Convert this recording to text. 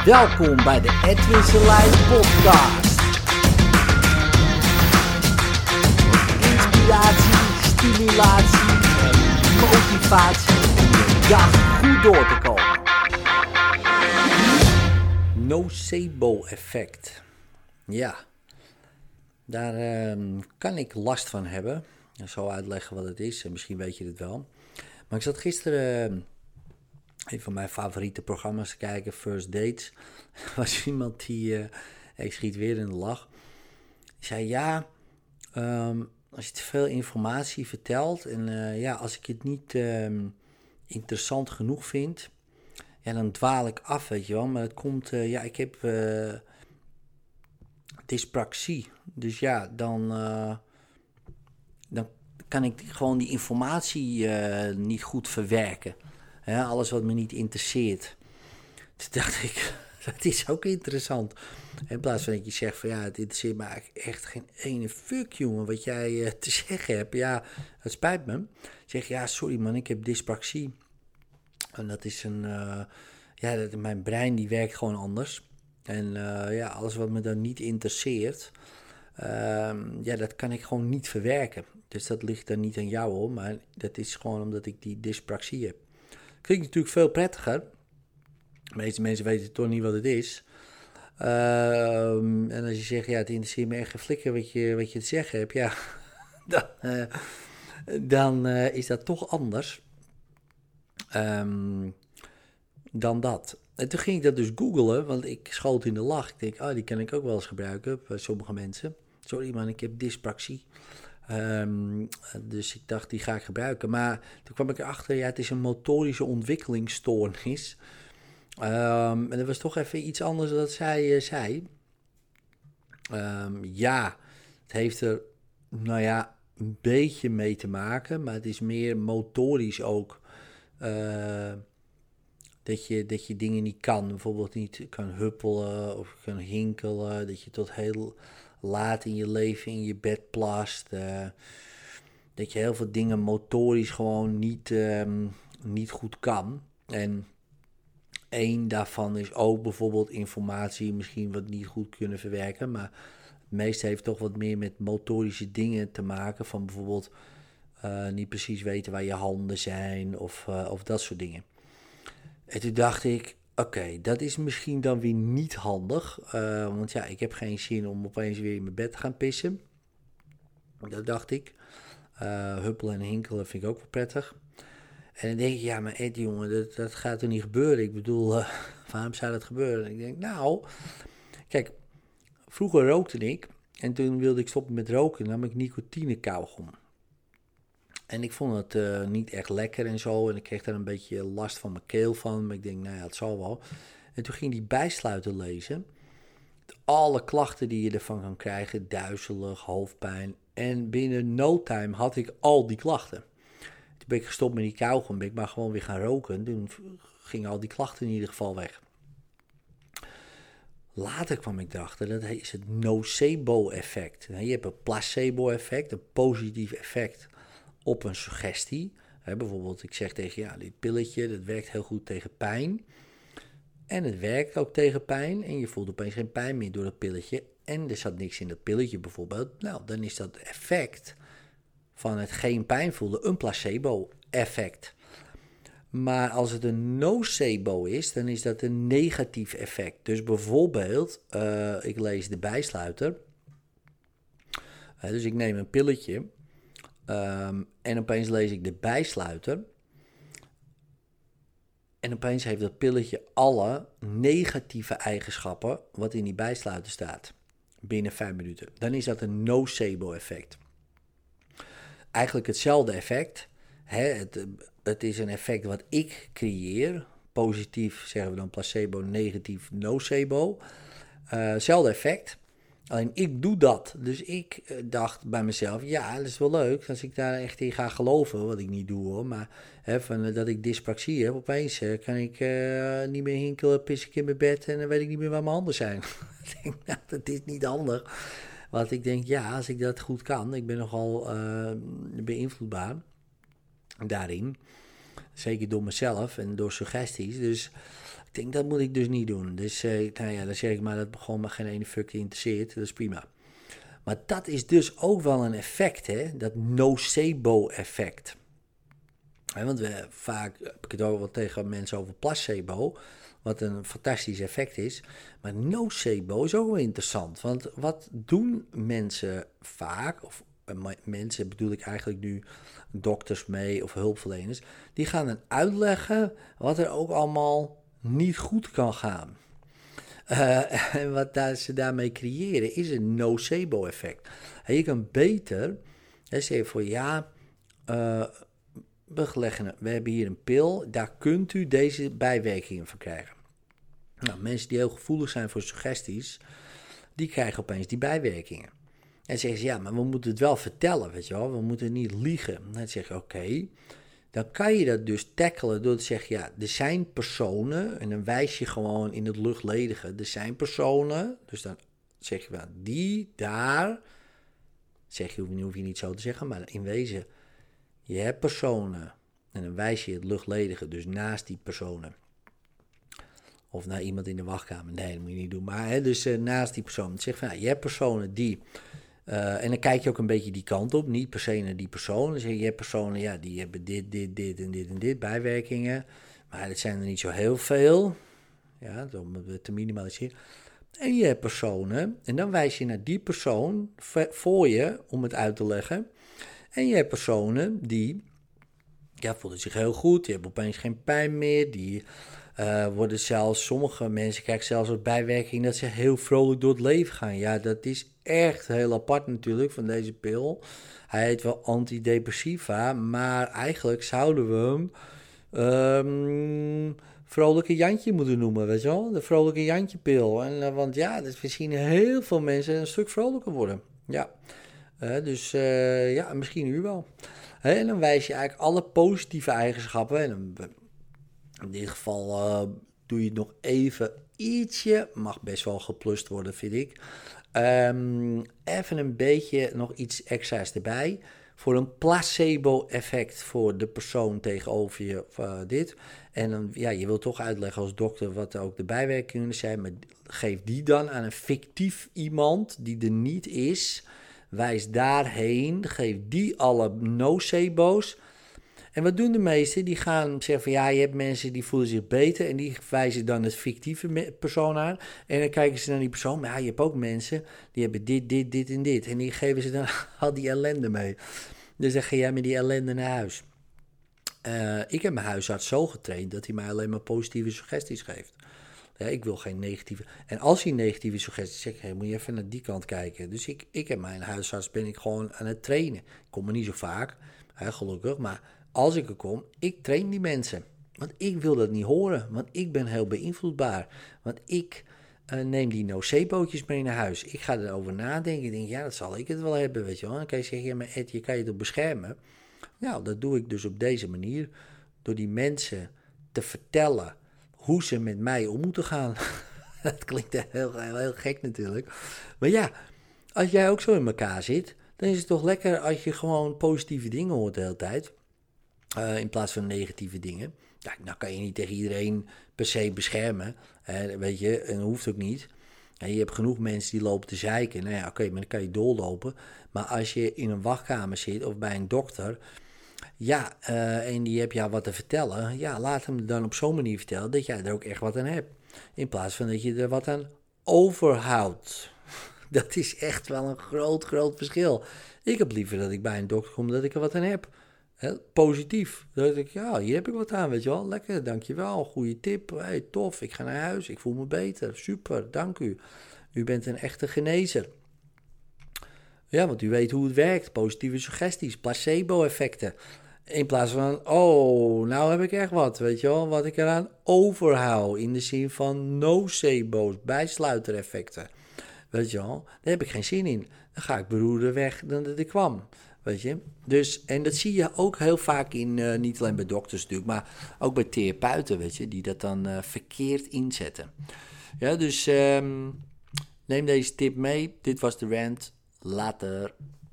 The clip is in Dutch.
Welkom bij de Edwin Selijn podcast. Inspiratie, stimulatie en motivatie om de dag goed door te komen. Nocebo-effect. Ja, daar kan ik last van hebben. Ik zal uitleggen wat het is en misschien weet je het wel. Maar ik zat gisteren een van mijn favoriete programma's te kijken, First Dates. Er was iemand die, ik schiet weer in de lach. Die zei, ja, als je te veel informatie vertelt en als ik het niet interessant genoeg vind, ja, dan dwaal ik af, weet je wel. Maar het komt, ik heb dyspraxie. Dus ja, dan kan ik gewoon die informatie niet goed verwerken. Ja, alles wat me niet interesseert. Toen dacht ik, dat is ook interessant. In plaats van dat je zegt van ja, het interesseert me eigenlijk echt geen ene fuck, jongen, wat jij te zeggen hebt. Ja, het spijt me. Zeg ja, sorry man, ik heb dyspraxie. En dat is mijn brein die werkt gewoon anders. En alles wat me dan niet interesseert, dat kan ik gewoon niet verwerken. Dus dat ligt dan niet aan jou hoor, maar dat is gewoon omdat ik die dyspraxie heb. Klinkt natuurlijk veel prettiger. De meeste mensen weten toch niet wat het is. En als je zegt, ja, het interesseert me echt een flikker wat je te zeggen hebt, ja, dan is dat toch anders dan dat. En toen ging ik dat dus googlen, want ik schoot in de lach. Ik denk, die kan ik ook wel eens gebruiken bij sommige mensen. Sorry man, ik heb dyspraxie. Dus ik dacht, die ga ik gebruiken. Maar toen kwam ik erachter, ja, het is een motorische ontwikkelingsstoornis. En dat was toch even iets anders dan zij zei. Het heeft er, een beetje mee te maken. Maar het is meer motorisch ook. Dat je dingen niet kan. Bijvoorbeeld niet kan huppelen of kan hinkelen. Dat je tot heel laat in je leven in je bed plast. Dat je heel veel dingen motorisch gewoon niet goed kan. En één daarvan is ook bijvoorbeeld informatie misschien wat niet goed kunnen verwerken. Maar het meeste heeft toch wat meer met motorische dingen te maken. Van bijvoorbeeld niet precies weten waar je handen zijn of dat soort dingen. En toen dacht ik, oké, dat is misschien dan weer niet handig. Want ja, ik heb geen zin om opeens weer in mijn bed te gaan pissen. Dat dacht ik. Huppelen en hinkelen vind ik ook wel prettig. En dan denk ik, ja, maar Ed, jongen, dat gaat er niet gebeuren. Ik bedoel, waarom zou dat gebeuren? En ik denk, nou, kijk, vroeger rookte ik. En toen wilde ik stoppen met roken, nam ik nicotine-kauwgom. En ik vond het niet echt lekker en zo. En ik kreeg daar een beetje last van mijn keel van. Maar ik denk, nou ja, het zal wel. En toen ging die bijsluiter lezen. Alle klachten die je ervan kan krijgen. Duizelig, hoofdpijn. En binnen no time had ik al die klachten. Toen ben ik gestopt met die kauwgom. Ben ik maar gewoon weer gaan roken. Toen gingen al die klachten in ieder geval weg. Later kwam ik erachter, dat is het nocebo-effect. Je hebt een placebo-effect, een positief effect op een suggestie. Bijvoorbeeld, ik zeg tegen je, dit pilletje, dat werkt heel goed tegen pijn. En het werkt ook tegen pijn. En je voelt opeens geen pijn meer door dat pilletje. En er zat niks in dat pilletje bijvoorbeeld. Nou, dan is dat effect van het geen pijn voelen een placebo-effect. Maar als het een nocebo is, dan is dat een negatief effect. Dus bijvoorbeeld, ik lees de bijsluiter. Dus ik neem een pilletje. En opeens lees ik de bijsluiter. En opeens heeft dat pilletje alle negatieve eigenschappen wat in die bijsluiter staat. Binnen 5 minuten. Dan is dat een nocebo-effect. Eigenlijk hetzelfde effect. Het is een effect wat ik creëer. Positief zeggen we dan placebo, negatief nocebo. Hetzelfde effect. Alleen ik doe dat. Dus ik dacht bij mezelf, ja, dat is wel leuk als ik daar echt in ga geloven. Wat ik niet doe hoor. Maar dat ik dyspraxie heb. Opeens kan ik niet meer hinkelen, pis ik in mijn bed en dan weet ik niet meer waar mijn handen zijn. Ik denk, nou, dat is niet handig. Want ik denk, ja, als ik dat goed kan. Ik ben nogal beïnvloedbaar daarin. Zeker door mezelf en door suggesties. Dus denk, dat moet ik dus niet doen. Dus dan zeg ik maar dat gewoon maar geen ene fuck interesseert. Dat is prima. Maar dat is dus ook wel een effect, hè? Dat nocebo-effect. Want vaak heb ik het ook wel tegen mensen over placebo, wat een fantastisch effect is. Maar nocebo is ook wel interessant. Want wat doen mensen vaak, of mensen bedoel ik eigenlijk nu dokters mee of hulpverleners, die gaan dan uitleggen wat er ook allemaal niet goed kan gaan. En wat ze daarmee creëren is een nocebo-effect. En je kan beter, zeg voor ja, we hebben hier een pil, daar kunt u deze bijwerkingen van krijgen. Nou, mensen die heel gevoelig zijn voor suggesties, die krijgen opeens die bijwerkingen. En zeggen ze, ja, maar we moeten het wel vertellen, weet je wel, we moeten niet liegen. Dan zeg je, oké, dan kan je dat dus tackelen door te zeggen, ja, er zijn personen, en dan wijs je gewoon in het luchtledige, er zijn personen, dus dan zeg je wel, die daar, zeg je, hoef je niet zo te zeggen, maar in wezen, je hebt personen, en dan wijs je het luchtledige, dus naast die personen. Of naar iemand in de wachtkamer, nee, dat moet je niet doen, maar dus naast die persoon. Dan zeg je van, ja, je hebt personen die, en dan kijk je ook een beetje die kant op, niet per se naar die persoon. Dan zeg je hebt personen, ja, die hebben dit, bijwerkingen. Maar dat zijn er niet zo heel veel. Ja, om het te minimaliseren. En je hebt personen, en dan wijs je naar die persoon voor je, om het uit te leggen. En je hebt personen die, ja, voelen zich heel goed, die hebben opeens geen pijn meer, die worden zelfs, sommige mensen krijgen zelfs als bijwerking dat ze heel vrolijk door het leven gaan. Ja, dat is echt heel apart natuurlijk van deze pil. Hij heet wel antidepressiva, maar eigenlijk zouden we hem vrolijke Jantje moeten noemen, weet je wel? De vrolijke Jantje-pil. Want ja, we zien heel veel mensen een stuk vrolijker worden. Ja, dus ja, misschien u wel. En dan wijs je eigenlijk alle positieve eigenschappen. En in dit geval doe je het nog even ietsje. Mag best wel geplust worden, vind ik. Even een beetje nog iets extra's erbij. Voor een placebo-effect voor de persoon tegenover je dit. En dan, ja, je wilt toch uitleggen als dokter wat ook de bijwerkingen zijn. Maar geef die dan aan een fictief iemand die er niet is. Wijs daarheen. Geef die alle nocebo's. En wat doen de meesten? Die gaan zeggen van ja, je hebt mensen die voelen zich beter en die wijzen dan het fictieve persoon aan. En dan kijken ze naar die persoon, maar ja, je hebt ook mensen die hebben dit en dit. En die geven ze dan al die ellende mee. Dus dan ga jij met die ellende naar huis. Ik heb mijn huisarts zo getraind dat hij mij alleen maar positieve suggesties geeft. Ja, ik wil geen negatieve. En als hij negatieve suggesties zegt, hey, moet je even naar die kant kijken. Dus ik heb mijn huisarts, ben ik gewoon aan het trainen. Ik kom er niet zo vaak, gelukkig, maar als ik er kom, ik train die mensen. Want ik wil dat niet horen, want ik ben heel beïnvloedbaar. Want ik neem die nocebootjes mee naar huis. Ik ga erover nadenken. Ik denk, ja, dat zal ik het wel hebben, weet je wel. Dan kan je zeggen, ja, maar Ed, je kan je toch beschermen? Nou, dat doe ik dus op deze manier. Door die mensen te vertellen hoe ze met mij om moeten gaan. Dat klinkt heel gek natuurlijk. Maar ja, als jij ook zo in elkaar zit, dan is het toch lekker als je gewoon positieve dingen hoort de hele tijd. In plaats van negatieve dingen. Ja, nou kan je niet tegen iedereen per se beschermen. Weet je, en dat hoeft ook niet. En je hebt genoeg mensen die lopen te zeiken. Nou ja, oké, maar dan kan je doorlopen. Maar als je in een wachtkamer zit of bij een dokter, ja, en die heb jou wat te vertellen, ja, laat hem dan op zo'n manier vertellen dat jij er ook echt wat aan hebt. In plaats van dat je er wat aan overhoudt. Dat is echt wel een groot verschil. Ik heb liever dat ik bij een dokter kom dat ik er wat aan heb. Positief. Dat ik, ja, hier heb ik wat aan, weet je wel. Lekker, dankjewel. Goeie tip. Hey, tof, ik ga naar huis. Ik voel me beter. Super, dank u. U bent een echte genezer. Ja, want u weet hoe het werkt. Positieve suggesties, placebo-effecten. In plaats van, oh, nou heb ik echt wat, weet je wel. Wat ik eraan overhoud. In de zin van nocebo's, bijsluitereffecten. Weet je wel, daar heb ik geen zin in. Dan ga ik beroerder weg dan dat ik kwam. Weet je? Dus, en dat zie je ook heel vaak in, niet alleen bij dokters natuurlijk, maar ook bij therapeuten, weet je, die dat dan verkeerd inzetten. Ja, dus neem deze tip mee. Dit was de rant. Later.